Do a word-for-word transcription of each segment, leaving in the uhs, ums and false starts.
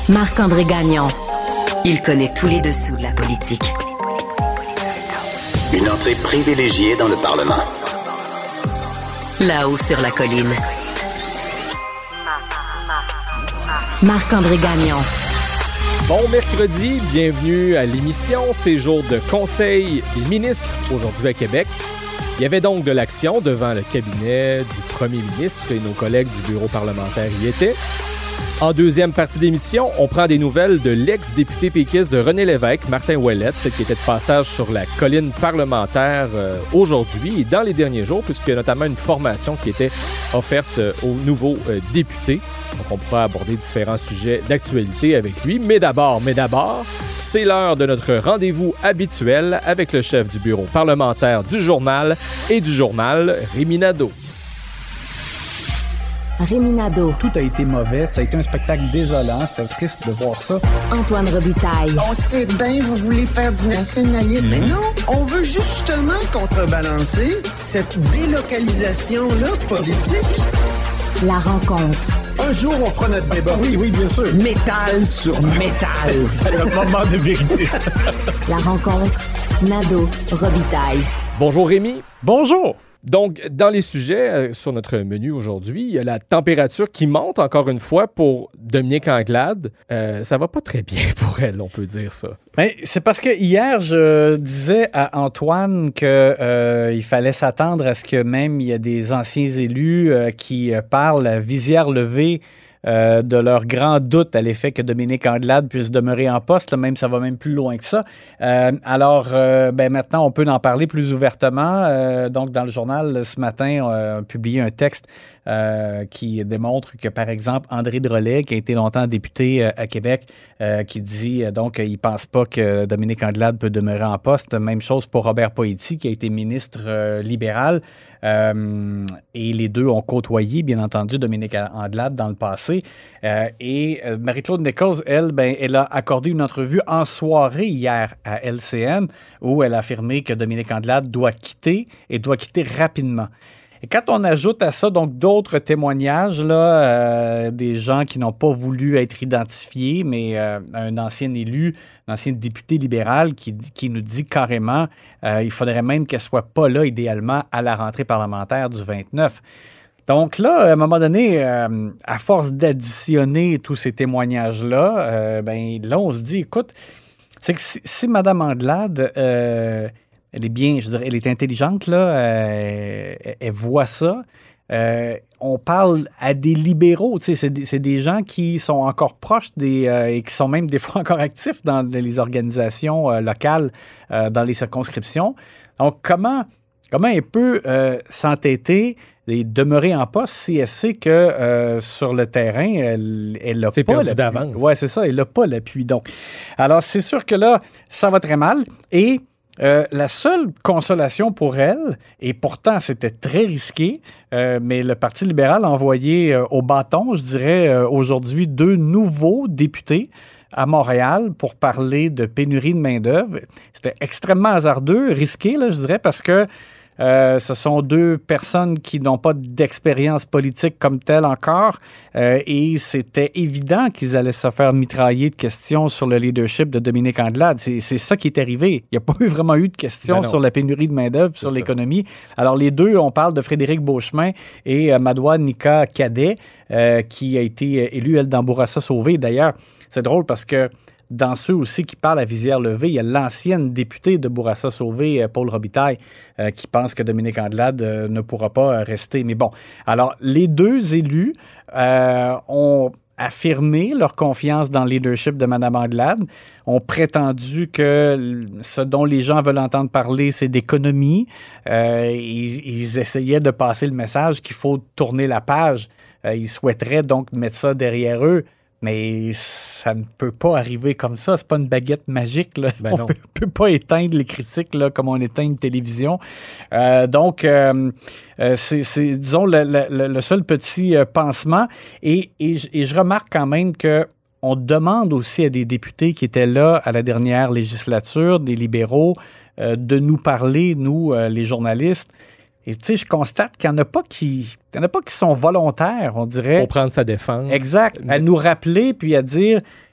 Marc-André Gagnon. Il connaît tous les dessous de la politique. Une entrée privilégiée dans le Parlement. Là-haut sur la colline. Marc-André Gagnon. Bon mercredi, bienvenue à l'émission. C'est jour de Conseil des ministres aujourd'hui à Québec. Il y avait donc de l'action devant le cabinet du premier ministre et nos collègues du bureau parlementaire y étaient. En deuxième partie d'émission, on prend des nouvelles de l'ex-député péquiste de René Lévesque, Martin Ouellette, qui était de passage sur la colline parlementaire euh, aujourd'hui et dans les derniers jours, puisqu'il y a notamment une formation qui était offerte euh, aux nouveaux euh, députés. Donc, on pourra aborder différents sujets d'actualité avec lui. Mais d'abord, mais d'abord, c'est l'heure de notre rendez-vous habituel avec le chef du bureau parlementaire du Journal et du Journal, Rémi Nadeau. Rémi Nadeau. Tout a été mauvais. Ça a été un spectacle désolant. C'était triste de voir ça. Antoine Robitaille. On sait bien, vous voulez faire du nationalisme. Mm-hmm. Mais non, on veut justement contrebalancer cette délocalisation-là politique. La rencontre. Un jour, on fera notre débat. Oui, oui, bien sûr. Métal sur métal. C'est le moment de vérité. La rencontre. Nadeau. Robitaille. Bonjour Rémi. Bonjour. Donc, dans les sujets euh, sur notre menu aujourd'hui, il y a la température qui monte encore une fois pour Dominique Anglade. Euh, ça va pas très bien pour elle, on peut dire ça. Mais c'est parce que hier, je disais à Antoine qu'il euh, fallait s'attendre à ce que même il y a des anciens élus euh, qui euh, parlent à visière levée Euh, de leur grand doute à l'effet que Dominique Anglade puisse demeurer en poste, là, même ça va même plus loin que ça. Euh, alors, euh, ben maintenant, on peut en parler plus ouvertement. Euh, donc, dans le journal, ce matin, on a publié un texte euh, qui démontre que, par exemple, André Drolet, qui a été longtemps député euh, à Québec, euh, qui dit euh, donc qu'il ne pense pas que Dominique Anglade peut demeurer en poste. Même chose pour Robert Poetti, qui a été ministre euh, libéral. Euh, et les deux ont côtoyé, bien entendu, Dominique Anglade dans le passé. Euh, et euh, Marie-Claude Nichols, elle, ben, elle a accordé une entrevue en soirée hier à L C N où elle a affirmé que Dominique Anglade doit quitter et doit quitter rapidement. Et quand on ajoute à ça donc d'autres témoignages, là, euh, des gens qui n'ont pas voulu être identifiés, mais euh, un ancien élu, un ancien député libéral qui, qui nous dit carrément euh, il faudrait même qu'elle soit pas là idéalement à la rentrée parlementaire du vingt-neuf. Donc là, à un moment donné, euh, à force d'additionner tous ces témoignages-là, euh, ben là, on se dit, écoute, c'est que si, si Mme Anglade... Euh, Elle est bien, je dirais, elle est intelligente, là. Euh, elle, elle voit ça. Euh, on parle à des libéraux, tu sais, c'est des, c'est des gens qui sont encore proches des euh, et qui sont même des fois encore actifs dans les organisations euh, locales, euh, dans les circonscriptions. Donc, comment, comment elle peut euh, s'entêter et demeurer en poste si elle sait que euh, sur le terrain, elle n'a pas perdu l'appui. d'avance. Oui, c'est ça, elle n'a pas l'appui. Donc, alors, c'est sûr que là, ça va très mal. Et Euh, la seule consolation pour elle, et pourtant c'était très risqué, euh, mais le Parti libéral a envoyé euh, au bâton, je dirais, euh, aujourd'hui, deux nouveaux députés à Montréal pour parler de pénurie de main-d'œuvre. C'était extrêmement hasardeux, risqué, là, je dirais, parce que Euh, ce sont deux personnes qui n'ont pas d'expérience politique comme telle encore euh, et c'était évident qu'ils allaient se faire mitrailler de questions sur le leadership de Dominique Anglade. C'est, c'est ça qui est arrivé. Il n'y a pas eu vraiment eu de questions ben sur la pénurie de main-d'œuvre, sur ça. L'économie. Alors, les deux, on parle de Frédéric Beauchemin et euh, Madoua Nika Cadet, euh, qui a été élue, elle, dans Bourassa-Sauvé. D'ailleurs, c'est drôle parce que dans ceux aussi qui parlent à visière levée, il y a l'ancienne députée de Bourassa-Sauvé, Paul Robitaille, euh, qui pense que Dominique Anglade euh, ne pourra pas rester. Mais bon, alors, les deux élus euh, ont affirmé leur confiance dans le leadership de Mme Anglade, ont prétendu que ce dont les gens veulent entendre parler, c'est d'économie. Euh, ils, ils essayaient de passer le message qu'il faut tourner la page. Euh, ils souhaiteraient donc mettre ça derrière eux. Mais ça ne peut pas arriver comme ça. C'est pas une baguette magique, là. Ben on ne peut, peut pas éteindre les critiques là, comme on éteint une télévision. Euh, donc, euh, euh, c'est, c'est, disons, le, le, le seul petit euh, pansement. Et, et, et je remarque quand même que on demande aussi à des députés qui étaient là à la dernière législature, des libéraux, euh, de nous parler, nous, euh, les journalistes. Et tu sais, je constate qu'il n'y en a pas qui, il y en a pas qui sont volontaires, on dirait. Pour prendre sa défense. Exact. À nous rappeler puis à dire,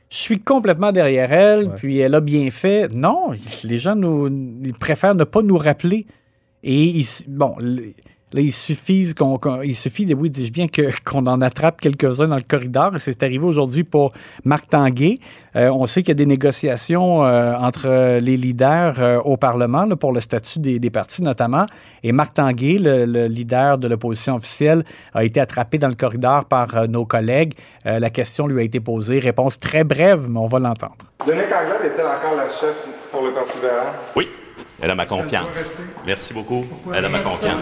je suis complètement derrière elle, ouais. puis elle a bien fait. Non, les gens nous, ils préfèrent ne pas nous rappeler. Et, ils, bon, là, il suffit, qu'on, qu'on, il suffit de, oui, dis-je bien, que, qu'on en attrape quelques-uns dans le corridor. Et c'est arrivé aujourd'hui pour Marc Tanguay. Euh, on sait qu'il y a des négociations euh, entre les leaders euh, au Parlement là, pour le statut des, des partis, notamment. Et Marc Tanguay, le, le leader de l'opposition officielle, a été attrapé dans le corridor par euh, nos collègues. Euh, la question lui a été posée. Réponse très brève, mais on va l'entendre. Dominique Anglade est-elle encore la chef pour le Parti libéral? Oui, elle a ma confiance. Merci beaucoup. Elle a ma confiance.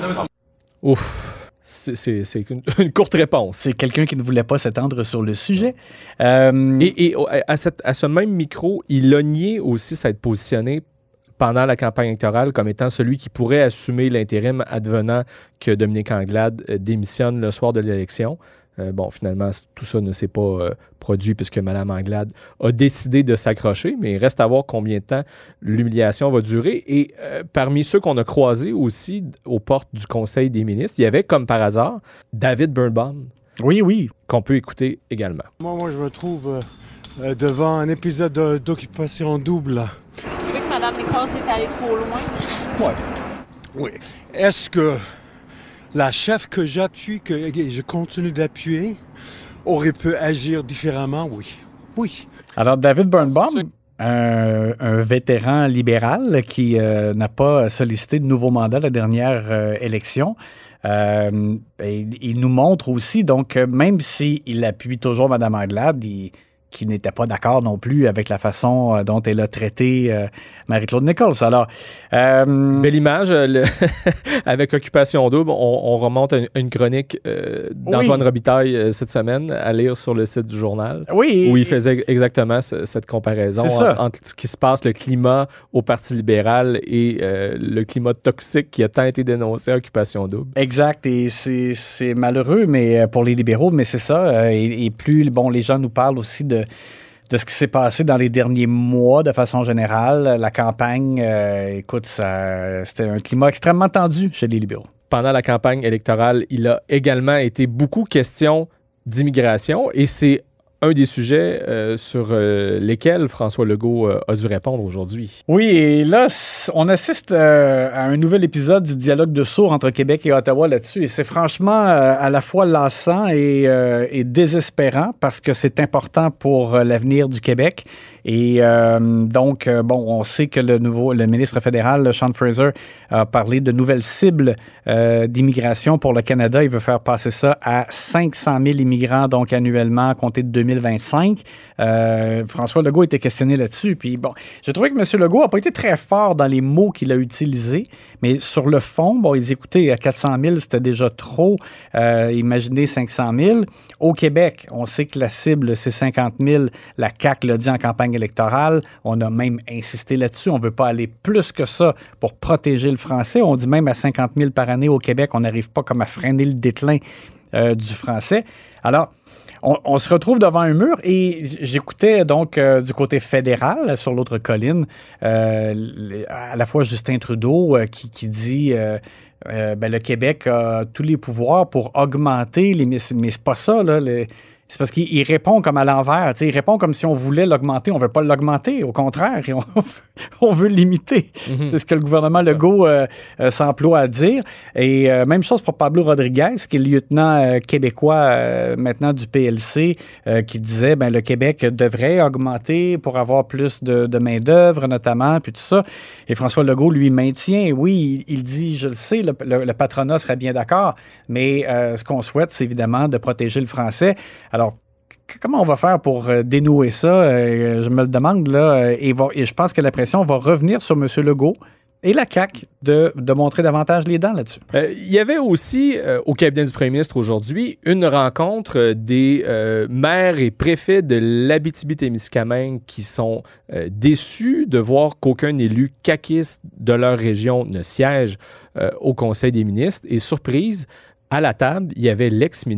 Ouf, c'est, c'est, c'est une, une courte réponse. C'est quelqu'un qui ne voulait pas s'étendre sur le sujet. Euh... Et, et à, cette, à ce même micro, il a nié aussi s'être positionné pendant la campagne électorale comme étant celui qui pourrait assumer l'intérim advenant que Dominique Anglade démissionne le soir de l'élection. Euh, bon, finalement, tout ça ne s'est pas euh, produit puisque Mme Anglade a décidé de s'accrocher, mais il reste à voir combien de temps l'humiliation va durer. Et euh, parmi ceux qu'on a croisés aussi aux portes du Conseil des ministres, il y avait, comme par hasard, David Birnbaum. Oui, oui. Qu'on peut écouter également. Moi, moi je me trouve euh, devant un épisode de, d'occupation double. Vous trouvez que Mme Nichols est allée trop loin? Oui. Oui. Est-ce que la chef que j'appuie, que je continue d'appuyer, aurait pu agir différemment? Oui. Oui. Alors, David Birnbaum, un, un vétéran libéral qui euh, n'a pas sollicité de nouveau mandat la dernière euh, élection, euh, il, il nous montre aussi, donc, même s'il appuie toujours Mme Anglade, il qui n'était pas d'accord non plus avec la façon dont elle a traité euh, Marie-Claude Nichols. Alors, euh... belle image. Le avec Occupation Double, on, on remonte à une, une chronique euh, d'Antoine oui. Robitaille euh, cette semaine à lire sur le site du journal, oui, où il faisait exactement ce, cette comparaison entre, entre ce qui se passe, le climat au Parti libéral et euh, le climat toxique qui a tant été dénoncé à Occupation Double. Exact, et c'est, c'est malheureux mais pour les libéraux, mais c'est ça. Et, et plus, bon, les gens nous parlent aussi de de ce qui s'est passé dans les derniers mois de façon générale. La campagne, euh, écoute, ça, c'était un climat extrêmement tendu chez les libéraux. Pendant la campagne électorale, il a également été beaucoup question d'immigration et c'est un des sujets euh, sur euh, lesquels François Legault euh, a dû répondre aujourd'hui. Oui, et là, on assiste euh, à un nouvel épisode du dialogue de sourds entre Québec et Ottawa là-dessus. Et c'est franchement euh, à la fois lassant et, euh, et désespérant parce que c'est important pour euh, l'avenir du Québec. Et euh, donc, euh, bon, on sait que le nouveau, le ministre fédéral, Sean Fraser, a parlé de nouvelles cibles euh, d'immigration pour le Canada. Il veut faire passer ça à cinq cent mille immigrants, donc annuellement, à compter de deux mille vingt-cinq. Euh, François Legault était questionné là-dessus. Puis bon, j'ai trouvé que M. Legault n'a pas été très fort dans les mots qu'il a utilisés, mais sur le fond, bon, il dit, écoutez, à quatre cent mille, c'était déjà trop. Euh, imaginez cinq cent mille. Au Québec, on sait que la cible, c'est cinquante mille. La C A Q l'a dit en campagne électorale. On a même insisté là-dessus. On ne veut pas aller plus que ça pour protéger le français. On dit même à cinquante mille par année au Québec, on n'arrive pas comme à freiner le déclin euh, du français. Alors, on, on se retrouve devant un mur et j'écoutais donc euh, du côté fédéral, sur l'autre colline, euh, à la fois Justin Trudeau euh, qui, qui dit... Euh, Euh, ben, le Québec a tous les pouvoirs pour augmenter les... Mais c'est pas ça, là. Les, c'est parce qu'il répond comme à l'envers. Il répond comme si on voulait l'augmenter. On ne veut pas l'augmenter. Au contraire, on, on veut le limiter. Mm-hmm. C'est ce que le gouvernement c'est Legault euh, euh, s'emploie à dire. Et euh, même chose pour Pablo Rodriguez, qui est le lieutenant euh, québécois euh, maintenant du P L C, euh, qui disait ben le Québec devrait augmenter pour avoir plus de, de main-d'œuvre, notamment, puis tout ça. Et François Legault, lui, maintient. Oui, il, il dit, je le sais, le, le, le patronat serait bien d'accord, mais euh, ce qu'on souhaite, c'est évidemment de protéger le français. Alors, comment on va faire pour euh, dénouer ça? Euh, je me le demande, là, et, va, et je pense que la pression va revenir sur M. Legault et la C A Q de, de montrer davantage les dents là-dessus. Euh, il y avait aussi, euh, au cabinet du premier ministre aujourd'hui, une rencontre des euh, maires et préfets de l'Abitibi-Témiscamingue qui sont euh, déçus de voir qu'aucun élu caquiste de leur région ne siège euh, au Conseil des ministres. Et surprise, à la table, il y avait l'ex-ministre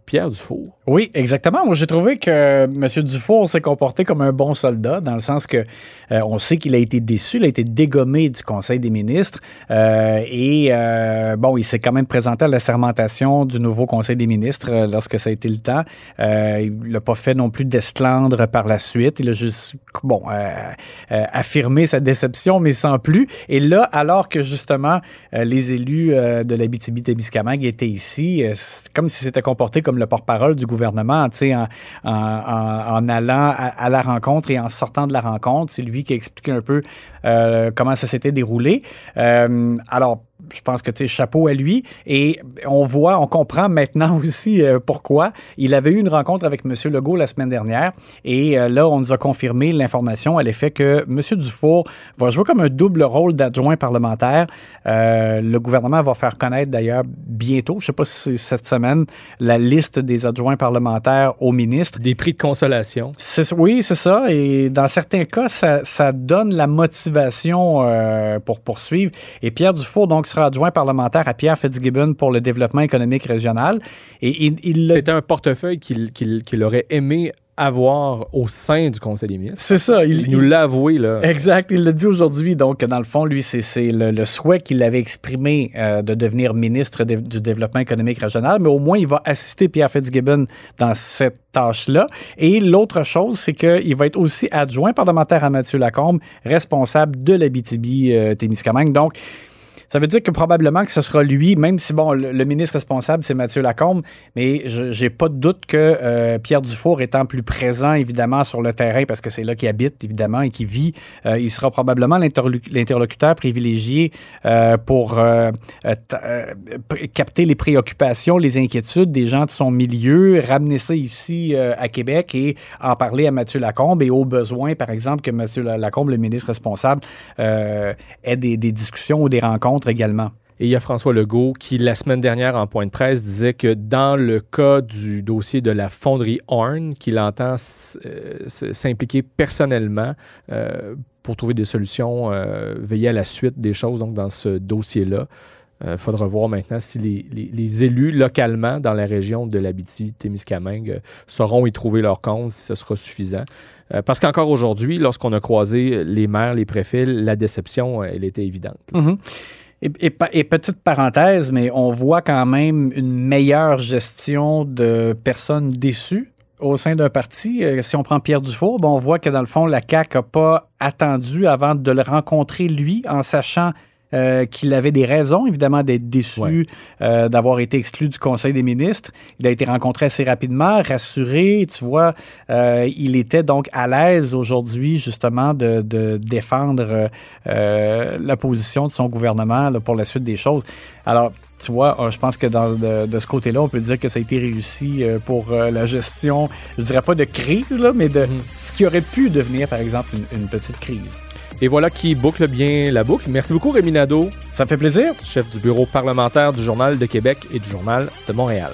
Pierre Dufour. Oui, exactement. Moi, j'ai trouvé que M. Dufour s'est comporté comme un bon soldat, dans le sens que euh, on sait qu'il a été déçu, il a été dégommé du Conseil des ministres euh, et euh, bon, il s'est quand même présenté à la sermentation du nouveau Conseil des ministres euh, lorsque ça a été le temps. Euh, il n'a pas fait non plus d'esclandre par la suite. Il a juste, bon, euh, euh, affirmé sa déception, mais sans plus. Et là, alors que justement, euh, les élus euh, de l'Abitibi-Témiscamingue étaient ici, euh, c'est comme si c'était comporté comme le porte-parole du gouvernement, tu sais, en, en, en, en allant à, à la rencontre et en sortant de la rencontre. C'est lui qui a expliqué un peu euh, comment ça s'était déroulé. Euh, alors, je pense que, tu sais, chapeau à lui. Et on voit, on comprend maintenant aussi euh, pourquoi. Il avait eu une rencontre avec M. Legault la semaine dernière. Et euh, là, on nous a confirmé l'information à l'effet que M. Dufour va jouer comme un double rôle d'adjoint parlementaire. Euh, le gouvernement va faire connaître d'ailleurs bientôt, je ne sais pas si c'est cette semaine, la liste des adjoints parlementaires au ministre. Des prix de consolation. C'est, oui, c'est ça. Et dans certains cas, ça, ça donne la motivation euh, pour poursuivre. Et Pierre Dufour, donc, sera adjoint parlementaire à Pierre Fitzgibbon pour le développement économique régional. Et il, il C'était un portefeuille qu'il, qu'il, qu'il aurait aimé avoir au sein du Conseil des ministres. C'est ça. Il, il nous l'a avoué, là. Exact. Il l'a dit aujourd'hui. Donc, dans le fond, lui, c'est, c'est le, le souhait qu'il avait exprimé euh, de devenir ministre de, du développement économique régional, mais au moins, il va assister Pierre Fitzgibbon dans cette tâche-là. Et l'autre chose, c'est qu'il va être aussi adjoint parlementaire à Mathieu Lacombe, responsable de l'Abitibi-Témiscamingue. Donc, ça veut dire que probablement que ce sera lui, même si, bon, le, le ministre responsable, c'est Mathieu Lacombe, mais je j'ai pas de doute que euh, Pierre Dufour étant plus présent, évidemment, sur le terrain, parce que c'est là qu'il habite, évidemment, et qu'il vit, euh, il sera probablement l'interloc- l'interlocuteur privilégié euh, pour euh, euh, euh, capter les préoccupations, les inquiétudes des gens de son milieu, ramener ça ici euh, à Québec et en parler à Mathieu Lacombe et au besoin, par exemple, que Mathieu Lacombe, le ministre responsable, euh, ait des, des discussions ou des rencontres également. Et il y a François Legault qui, la semaine dernière, en point de presse, disait que dans le cas du dossier de la fonderie Horn, qu'il entend euh, s'impliquer personnellement euh, pour trouver des solutions, euh, veiller à la suite des choses donc dans ce dossier-là. Il euh, faudra voir maintenant si les, les, les élus localement dans la région de l'Abitibi-Témiscamingue euh, sauront y trouver leur compte, si ce sera suffisant. Euh, parce qu'encore aujourd'hui, lorsqu'on a croisé les maires, les préfets, la déception, elle était évidente. Mm-hmm. Et, et, et petite parenthèse, mais on voit quand même une meilleure gestion de personnes déçues au sein d'un parti. Euh, si on prend Pierre Dufour, bon, on voit que dans le fond, la C A Q n'a pas attendu avant de le rencontrer lui, en sachant Euh, qu'il avait des raisons, évidemment, d'être déçu, ouais. euh, d'avoir été exclu du Conseil des ministres. Il a été rencontré assez rapidement, rassuré, tu vois. Euh, il était donc à l'aise aujourd'hui, justement, de, de défendre euh, la position de son gouvernement là, pour la suite des choses. Alors, tu vois, je pense que dans, de, de ce côté-là, on peut dire que ça a été réussi pour euh, la gestion, je dirais pas de crise, là, mais de mmh. ce qui aurait pu devenir, par exemple, une, une petite crise. Et voilà qui boucle bien la boucle. Merci beaucoup, Rémi Nadeau. Ça me fait plaisir. Chef du bureau parlementaire du Journal de Québec et du Journal de Montréal.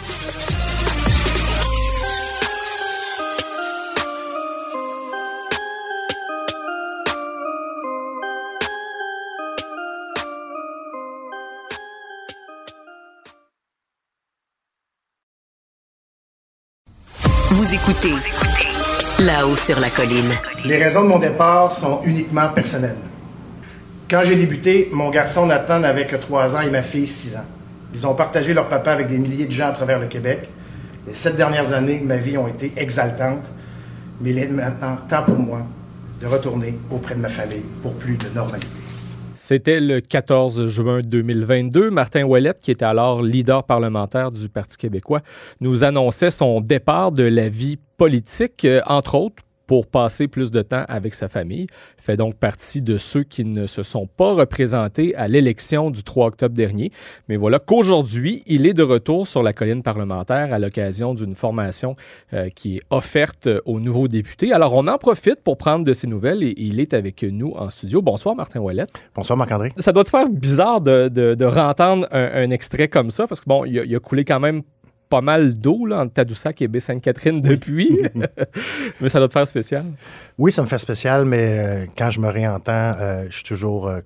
Vous écoutez Là-haut sur la colline. Les raisons de mon départ sont uniquement personnelles. Quand j'ai débuté, mon garçon Nathan n'avait que trois ans et ma fille six ans. Ils ont partagé leur papa avec des milliers de gens à travers le Québec. Les sept dernières années de ma vie ont été exaltantes, mais il est maintenant temps pour moi de retourner auprès de ma famille pour plus de normalité. C'était le quatorze juin deux mille vingt-deux. Martin Ouellette, qui était alors leader parlementaire du Parti québécois, nous annonçait son départ de la vie politique, entre autres, pour passer plus de temps avec sa famille. Il fait donc partie de ceux qui ne se sont pas représentés à l'élection du trois octobre dernier. Mais voilà qu'aujourd'hui, il est de retour sur la colline parlementaire à l'occasion d'une formation euh, qui est offerte aux nouveaux députés. Alors, on en profite pour prendre de ses nouvelles et il est avec nous en studio. Bonsoir, Martin Ouellette. Bonsoir, Marc-André. Ça doit te faire bizarre de, de, de rentendre un, un extrait comme ça parce que, bon, il a, il a coulé quand même pas mal d'eau là, entre Tadoussac et Baie-Sainte-Catherine depuis. Mais ça doit te faire spécial. Oui, ça me fait spécial, mais euh, quand je me réentends, euh, je suis toujours euh,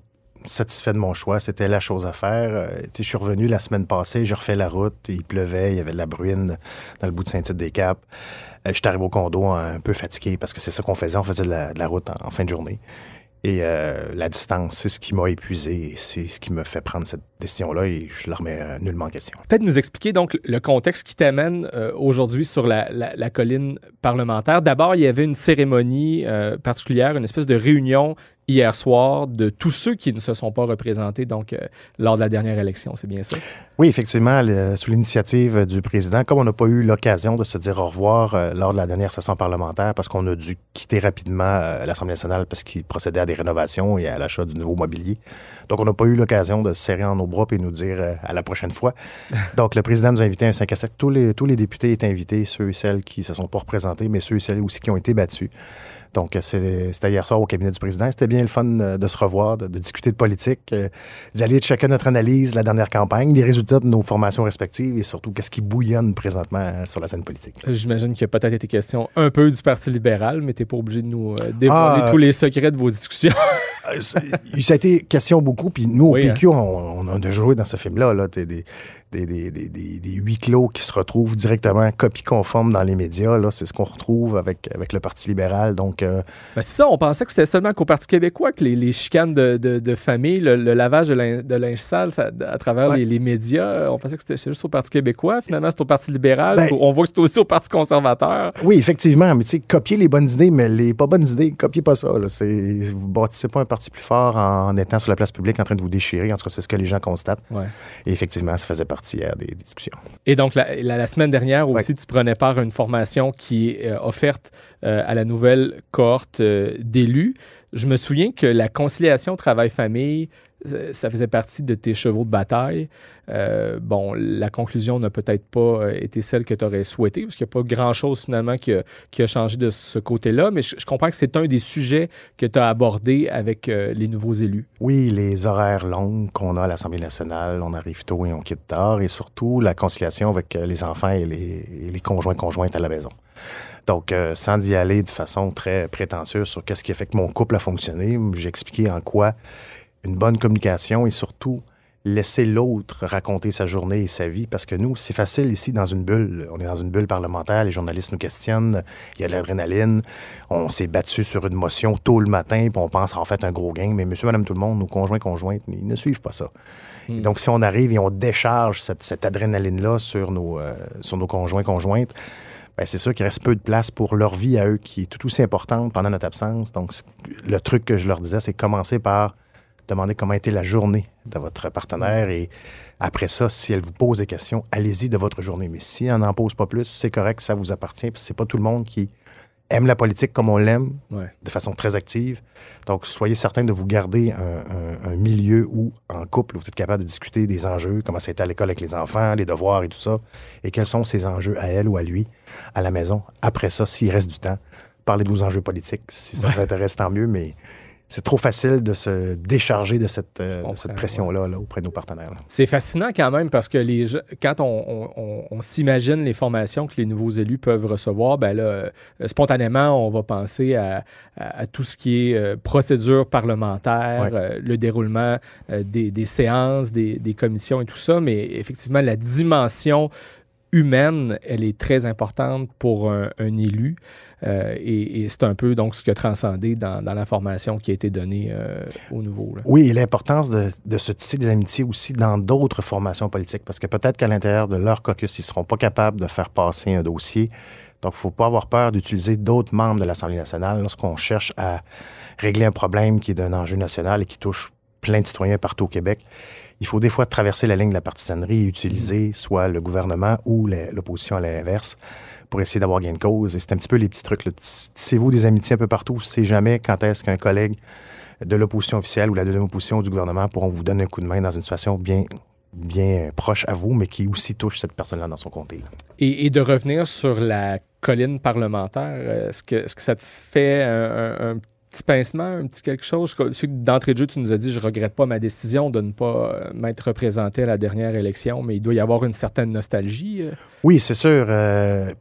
satisfait de mon choix. C'était la chose à faire. Euh, je suis revenu la semaine passée, j'ai refait la route. Il pleuvait, il y avait de la bruine dans le bout de Saint-Tite-des-Caps. Euh, je suis arrivé au condo un peu fatigué parce que c'est ça qu'on faisait. On faisait de la, de la route en, en fin de journée. Et euh, la distance, c'est ce qui m'a épuisé et c'est ce qui me fait prendre cette décision-là et je ne la remets euh, nullement en question. Peut-être nous expliquer donc le contexte qui t'amène euh, aujourd'hui sur la, la, la colline parlementaire. D'abord, il y avait une cérémonie euh, particulière, une espèce de réunion hier soir de tous ceux qui ne se sont pas représentés donc euh, lors de la dernière élection, c'est bien ça? Oui, effectivement, le, sous l'initiative du président, comme on n'a pas eu l'occasion de se dire au revoir euh, lors de la dernière session parlementaire parce qu'on a dû quitter rapidement euh, l'Assemblée nationale parce qu'il procédait à des rénovations et à l'achat du nouveau mobilier. Donc, on n'a pas eu l'occasion de se serrer en nos bras et nous dire euh, à la prochaine fois. Donc, le président nous a invités à un cinq à sept. Tous les, tous les députés étaient invités, ceux et celles qui se sont pas représentés, mais ceux et celles aussi qui ont été battus. Donc, c'est, c'était hier soir au cabinet du président. C'était bien le fun de se revoir, de, de discuter de politique, euh, d'aller de chacun notre analyse de la dernière campagne, des résultats de nos formations respectives et surtout qu'est-ce qui bouillonne présentement euh, sur la scène politique. J'imagine qu'il y a peut-être été question un peu du Parti libéral, mais tu n'es pas obligé de nous euh, dévoiler ah, tous les secrets de vos discussions. ça a été question beaucoup, puis nous, au oui, P Q, hein. on, on a déjà joué dans ce film-là, là, des, des, des, des, des, des huis clos qui se retrouvent directement copie conforme dans les médias. Là, c'est ce qu'on retrouve avec, avec le Parti libéral. Donc, euh... ben c'est ça, on pensait que c'était seulement qu'au Parti québécois que les, les chicanes de, de, de famille, le, le lavage de, lin, de linge sale ça, à travers ouais. les, les médias, on pensait que c'était juste au Parti québécois. Finalement, c'est au Parti libéral. Ben, on voit que c'est aussi au Parti conservateur. Oui, effectivement. Mais tu sais, copier les bonnes idées, mais les pas bonnes idées, copiez pas ça. Là. C'est, vous bâtissez pas un parti plus fort en étant sur la place publique en train de vous déchirer. En tout cas, c'est ce que les gens constatent. Ouais. Et effectivement, ça faisait partie hier des, des discussions. Et donc, la, la, la semaine dernière aussi, ouais. tu prenais part à une formation qui est euh, offerte euh, à la nouvelle cohorte euh, d'élus. Je me souviens que la conciliation travail-famille, ça faisait partie de tes chevaux de bataille. Euh, bon, la conclusion n'a peut-être pas été celle que tu aurais souhaitée, parce qu'il n'y a pas grand-chose finalement qui a, qui a changé de ce côté-là, mais je, je comprends que c'est un des sujets que tu as abordé avec euh, les nouveaux élus. Oui, les horaires longs qu'on a à l'Assemblée nationale, on arrive tôt et on quitte tard, et surtout la conciliation avec les enfants et les, et les conjoints-conjointes à la maison. Donc, euh, sans y aller de façon très prétentieuse sur qu'est-ce qui a fait que mon couple a fonctionné, j'ai expliqué en quoi une bonne communication et surtout laisser l'autre raconter sa journée et sa vie. Parce que nous, c'est facile ici dans une bulle. On est dans une bulle parlementaire, les journalistes nous questionnent, il y a de l'adrénaline, on s'est battu sur une motion tôt le matin, puis on pense en fait un gros gain. Mais monsieur, madame, tout le monde, nos conjoints, conjointes, ils ne suivent pas ça. Mm. Et donc, si on arrive et on décharge cette, cette adrénaline-là sur nos, euh, sur nos conjoints, conjointes, ben, c'est sûr qu'il reste peu de place pour leur vie à eux, qui est tout aussi importante pendant notre absence. Donc, le truc que je leur disais, c'est commencer par demander comment était la journée de votre partenaire et après ça, si elle vous pose des questions, allez-y de votre journée. Mais si elle n'en pose pas plus, c'est correct, ça vous appartient. Puis c'est pas tout le monde qui aime la politique comme on l'aime, ouais. de façon très active. Donc, soyez certain de vous garder un, un, un milieu où, en couple, vous êtes capable de discuter des enjeux, comment ça a été à l'école avec les enfants, les devoirs et tout ça, et quels sont ces enjeux à elle ou à lui, à la maison. Après ça, s'il reste du temps, parlez de vos enjeux politiques. Si ça ouais. vous intéresse, tant mieux, mais c'est trop facile de se décharger de cette, euh, de cette pression-là ouais. là, auprès de nos partenaires. Là. C'est fascinant quand même parce que les, quand on, on, on, on s'imagine les formations que les nouveaux élus peuvent recevoir, ben là, euh, spontanément, on va penser à, à, à tout ce qui est euh, procédure parlementaire, ouais. euh, le déroulement euh, des, des séances, des, des commissions et tout ça, mais effectivement, la dimension humaine, elle est très importante pour un, un élu. Euh, et, et c'est un peu donc ce qui a transcendé dans, dans la formation qui a été donnée euh, au nouveau. Là. Oui, et l'importance de, de se tisser des amitiés aussi dans d'autres formations politiques, parce que peut-être qu'à l'intérieur de leur caucus, ils ne seront pas capables de faire passer un dossier. Donc, il ne faut pas avoir peur d'utiliser d'autres membres de l'Assemblée nationale lorsqu'on cherche à régler un problème qui est d'un enjeu national et qui touche plein de citoyens partout au Québec. Il faut des fois traverser la ligne de la partisanerie et utiliser mmh. soit le gouvernement ou les, l'opposition à l'inverse pour essayer d'avoir gain de cause. Et c'est un petit peu les petits trucs. Là. Tissez-vous des amitiés un peu partout. On ne sait jamais quand est-ce qu'un collègue de l'opposition officielle ou la deuxième opposition du gouvernement pourront vous donner un coup de main dans une situation bien, bien proche à vous, mais qui aussi touche cette personne-là dans son comté. Et, et de revenir sur la colline parlementaire, est-ce que, est-ce que ça te fait un, un, un petit pincement, un petit quelque chose? Je sais que d'entrée de jeu, tu nous as dit, je regrette pas ma décision de ne pas m'être représenté à la dernière élection, mais il doit y avoir une certaine nostalgie. Oui, c'est sûr. Euh, puis, tu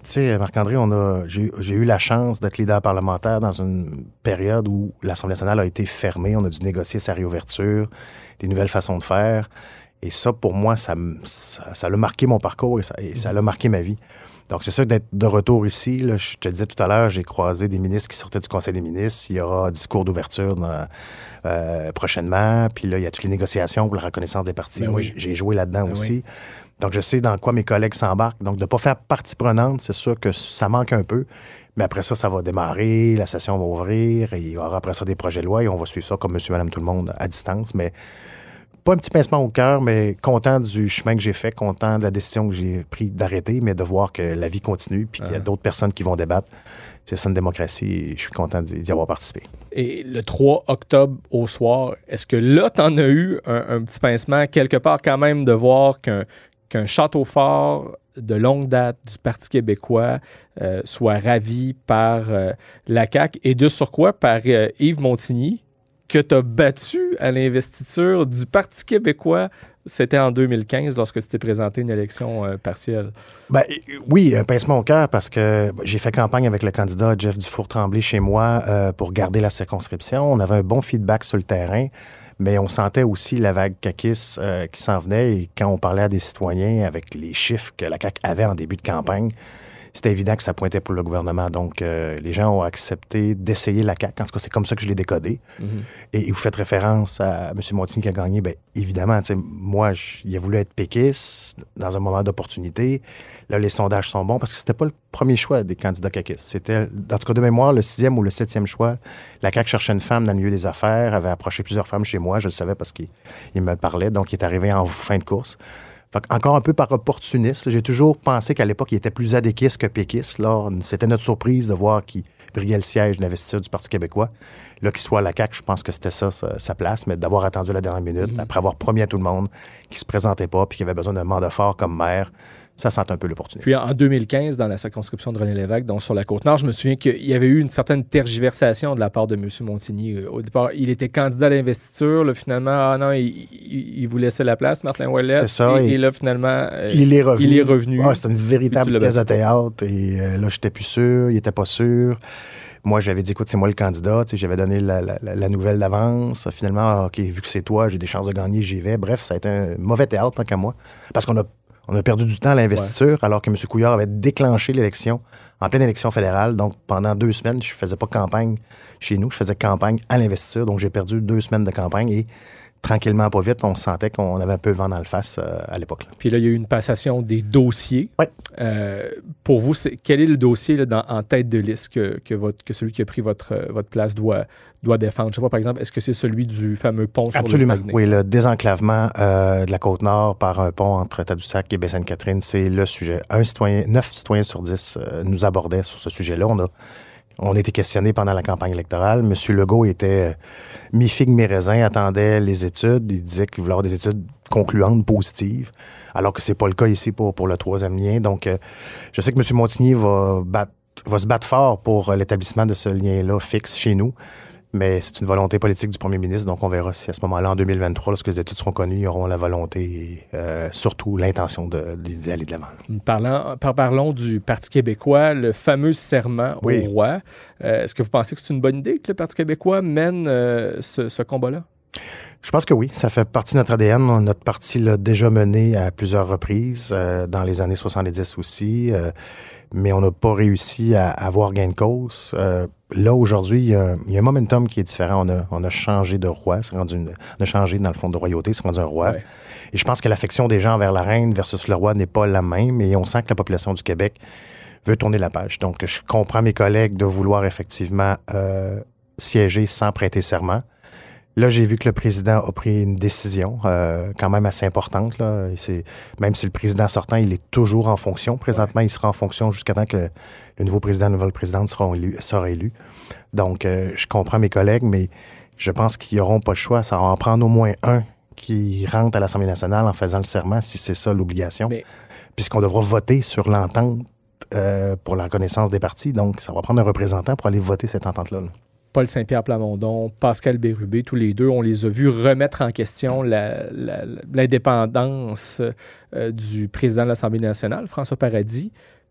tu sais, Marc-André, on a, j'ai, j'ai eu la chance d'être leader parlementaire dans une période où l'Assemblée nationale a été fermée. On a dû négocier sa réouverture, des nouvelles façons de faire. Et ça, pour moi, ça, ça, ça a marqué mon parcours et ça, et ça a marqué ma vie. Donc, c'est sûr d'être de retour ici. Là, je te disais tout à l'heure, j'ai croisé des ministres qui sortaient du Conseil des ministres. Il y aura un discours d'ouverture dans, euh, prochainement. Puis là, il y a toutes les négociations pour la reconnaissance des partis. Ben Moi, oui. j'ai joué là-dedans ben aussi. Oui. Donc, je sais dans quoi mes collègues s'embarquent. Donc, de ne pas faire partie prenante, c'est sûr que ça manque un peu. Mais après ça, ça va démarrer, la session va ouvrir, et il y aura après ça des projets de loi et on va suivre ça comme monsieur, madame, tout le monde à distance. Mais pas un petit pincement au cœur, mais content du chemin que j'ai fait, content de la décision que j'ai prise d'arrêter, mais de voir que la vie continue puis qu'il y a d'autres personnes qui vont débattre. C'est ça une démocratie et je suis content d'y avoir participé. Et le trois octobre au soir, est-ce que là, tu en as eu un, un petit pincement quelque part quand même de voir qu'un, qu'un château fort de longue date du Parti québécois euh, soit ravi par euh, la C A Q et de sur quoi par euh, Yves Montigny, que tu as battu à l'investiture du Parti québécois, c'était en deux mille quinze lorsque tu t'es présenté une élection euh, partielle. Ben, oui, un pincement au cœur parce que j'ai fait campagne avec le candidat Jeff Dufour-Tremblay chez moi euh, pour garder la circonscription. On avait un bon feedback sur le terrain, mais on sentait aussi la vague caquiste euh, qui s'en venait et quand on parlait à des citoyens avec les chiffres que la C A Q avait en début de campagne, c'était évident que ça pointait pour le gouvernement. Donc, euh, les gens ont accepté d'essayer la C A Q. En tout cas, c'est comme ça que je l'ai décodé. Mm-hmm. Et, et vous faites référence à M. Montigny qui a gagné. Bien, évidemment, moi, je, il a voulu être péquiste dans un moment d'opportunité. Là, les sondages sont bons parce que c'était pas le premier choix des candidats caquistes. C'était, en tout cas de mémoire, le sixième ou le septième choix. La C A Q cherchait une femme dans le milieu des affaires, avait approché plusieurs femmes chez moi. Je le savais parce qu'il il me parlait. Donc, il est arrivé en fin de course. Fait encore un peu par opportuniste. J'ai toujours pensé qu'à l'époque, il était plus adéquiste que péquiste. Là, c'était notre surprise de voir qu'il brillait le siège d'investiture du Parti québécois. Là, qu'il soit à la C A Q, je pense que c'était ça, sa, sa place, mais d'avoir attendu la dernière minute, mm-hmm. après avoir promis à tout le monde qu'il ne se présentait pas puis qu'il avait besoin d'un mandat fort comme maire, ça sent un peu l'opportunité. Puis en deux mille quinze, dans la circonscription de René Lévesque, donc sur la Côte-Nord, je me souviens qu'il y avait eu une certaine tergiversation de la part de M. Montigny. Au départ, il était candidat à l'investiture. Là, finalement, ah non, il, il, il vous laissait la place, Martin Ouellet. C'est ça. Et, et, et là, finalement, il est revenu. Il est revenu. Ouais, c'était une véritable pièce de théâtre. Et euh, là, j'étais plus sûr. Il n'était pas sûr. Moi, j'avais dit, écoute, c'est moi le candidat. J'avais donné la, la, la nouvelle d'avance. Finalement, OK, vu que c'est toi, j'ai des chances de gagner, j'y vais. Bref, ça a été un mauvais théâtre, tant qu'à moi. Parce qu'on a On a perdu du temps à l'investiture, ouais. alors que M. Couillard avait déclenché l'élection en pleine élection fédérale. Donc, pendant deux semaines, je ne faisais pas campagne chez nous, je faisais campagne à l'investiture. Donc, j'ai perdu deux semaines de campagne et tranquillement, pas vite, on sentait qu'on avait un peu le vent dans le face euh, à l'époque. Là. Puis là, il y a eu une passation des dossiers. Oui. Euh, pour vous, c'est, quel est le dossier là, dans, en tête de liste que, que, votre, que celui qui a pris votre, votre place doit, doit défendre? Je ne sais pas, par exemple, est-ce que c'est celui du fameux pont sur Absolument. le Saguenay? Oui, le désenclavement euh, de la Côte-Nord par un pont entre Tadoussac et Baie-Sainte-Catherine, c'est le sujet. Un citoyen, neuf citoyens sur dix euh, nous abordaient sur ce sujet-là. On a On a été questionné pendant la campagne électorale. M. Legault était euh, mi-figue, mi-raisin, attendait les études. Il disait qu'il voulait avoir des études concluantes, positives, alors que c'est pas le cas ici pour, pour le troisième lien. Donc, euh, je sais que M. Montigny va, battre, va se battre fort pour l'établissement de ce lien-là fixe chez nous. Mais c'est une volonté politique du premier ministre, donc on verra si à ce moment-là, en deux mille vingt-trois, lorsque les études seront connues, ils auront la volonté et euh, surtout l'intention de, d'aller de l'avant. Parlant, par, parlons du Parti québécois, le fameux serment oui. au roi. Euh, est-ce que vous pensez que c'est une bonne idée que le Parti québécois mène euh, ce, ce combat-là? Je pense que oui, ça fait partie de notre A D N. Notre parti l'a déjà mené à plusieurs reprises, euh, dans les années soixante-dix aussi, euh, mais on n'a pas réussi à avoir gain de cause. Euh, là, aujourd'hui, il y, a, il y a un momentum qui est différent. On a, on a changé de roi, c'est rendu une, on a changé dans le fond de royauté, c'est rendu un roi. Ouais. Et je pense que l'affection des gens envers la reine versus le roi n'est pas la même, et on sent que la population du Québec veut tourner la page. Donc, je comprends mes collègues de vouloir effectivement euh, siéger sans prêter serment. Là, j'ai vu que le président a pris une décision euh, quand même assez importante. Là. Et c'est, même si le président sortant, il est toujours en fonction. Présentement, ouais. il sera en fonction jusqu'à temps que le nouveau président, la nouvelle présidente sera élu. Sera élu. Donc, euh, je comprends mes collègues, mais je pense qu'ils n'auront pas le choix. Ça va en prendre au moins un qui rentre à l'Assemblée nationale en faisant le serment, si c'est ça l'obligation. Mais... Puisqu'on devra voter sur l'entente euh, pour la reconnaissance des partis. Donc, ça va prendre un représentant pour aller voter cette entente-là. Là. Paul Saint-Pierre Plamondon, Pascal Bérubé, tous les deux, on les a vus remettre en question la, la, l'indépendance euh, du président de l'Assemblée nationale, François Paradis.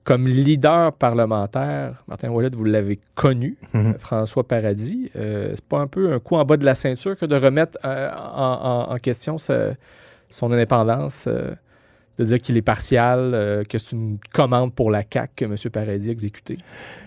Comme leader parlementaire, Martin Ouellet, vous l'avez connu, mm-hmm. François Paradis. Euh, c'est pas un peu un coup en bas de la ceinture que de remettre euh, en, en, en question sa, son indépendance, euh, de dire qu'il est partial, euh, que c'est une commande pour la C A Q que M. Paradis a exécutée?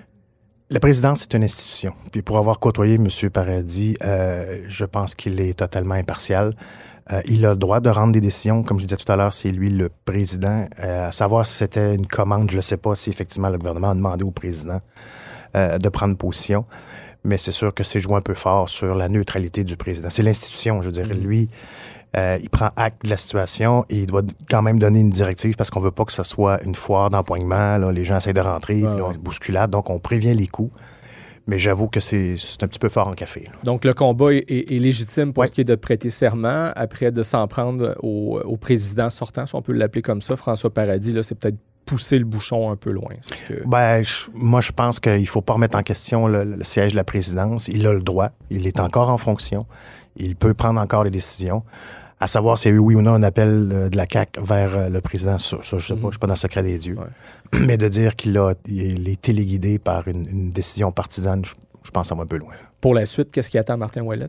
La présidence, c'est une institution. Puis pour avoir côtoyé M. Paradis, euh, je pense qu'il est totalement impartial. Euh, il a le droit de rendre des décisions. Comme je disais tout à l'heure, c'est lui le président. Euh, à savoir si c'était une commande, je ne sais pas si effectivement le gouvernement a demandé au président euh, de prendre position. Mais c'est sûr que c'est joué un peu fort sur la neutralité du président. C'est l'institution, je veux dire. Mmh. Lui, euh, il prend acte de la situation et il doit quand même donner une directive parce qu'on ne veut pas que ce soit une foire d'empoignement. Là, les gens essayent de rentrer, ah, puis là, on se bousculade. Donc, on prévient les coups. Mais j'avoue que c'est, c'est un petit peu fort en café. Là. Donc, le combat est, est, est légitime pour ouais. ce qui est de prêter serment. Après, de s'en prendre au, au président sortant, si on peut l'appeler comme ça, François Paradis, là, c'est peut-être pousser le bouchon un peu loin. Que... Ben, je, moi, je pense qu'il ne faut pas remettre en question le, le siège de la présidence. Il a le droit. Il est encore en fonction. Il peut prendre encore les décisions. À savoir s'il y a eu oui ou non un appel de la C A Q vers le président, ça, ça je ne sais pas, mm-hmm. je ne suis pas dans le secret des dieux. Ouais. Mais de dire qu'il a, il est téléguidé par une, une décision partisane, je, je pense que ça va un peu loin. Là. Pour la suite, qu'est-ce qui attend Martin Ouellet?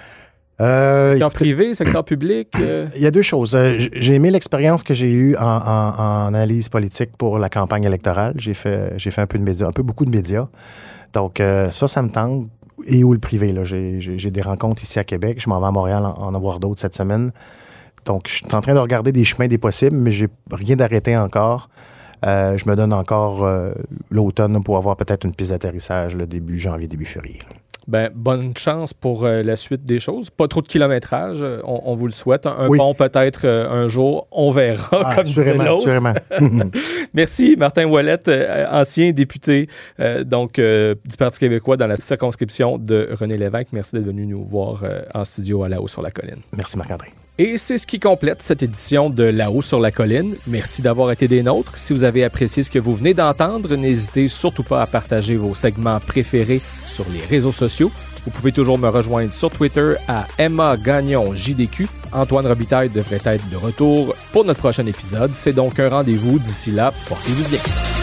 Euh, secteur privé, secteur public? Euh... Il y a deux choses. J'ai aimé l'expérience que j'ai eue en, en, en analyse politique pour la campagne électorale. J'ai fait, j'ai fait un peu de médias, un peu beaucoup de médias. Donc euh, ça, ça me tente. Et où le privé, là. J'ai, j'ai, j'ai des rencontres ici à Québec. Je m'en vais à Montréal en, en avoir d'autres cette semaine. Donc, je suis en train de regarder des chemins des possibles, mais j'ai rien d'arrêté encore. Euh, je me donne encore euh, l'automne pour avoir peut-être une piste d'atterrissage le début janvier, début février. Ben, bonne chance pour euh, la suite des choses. Pas trop de kilométrage, on, on vous le souhaite. Un, un oui. pont peut-être euh, un jour, on verra, ah, comme disait l'autre. Assurément. Merci, Martin Ouellet, euh, ancien député euh, donc, euh, du Parti québécois dans la circonscription de René Lévesque. Merci d'être venu nous voir euh, en studio à là-haut sur la colline. Merci, Marc-André. Et c'est ce qui complète cette édition de Là-haut sur la colline. Merci d'avoir été des nôtres. Si vous avez apprécié ce que vous venez d'entendre, n'hésitez surtout pas à partager vos segments préférés sur les réseaux sociaux. Vous pouvez toujours me rejoindre sur Twitter à Emma Gagnon J D Q. Antoine Robitaille devrait être de retour pour notre prochain épisode. C'est donc un rendez-vous. D'ici là, portez-vous bien.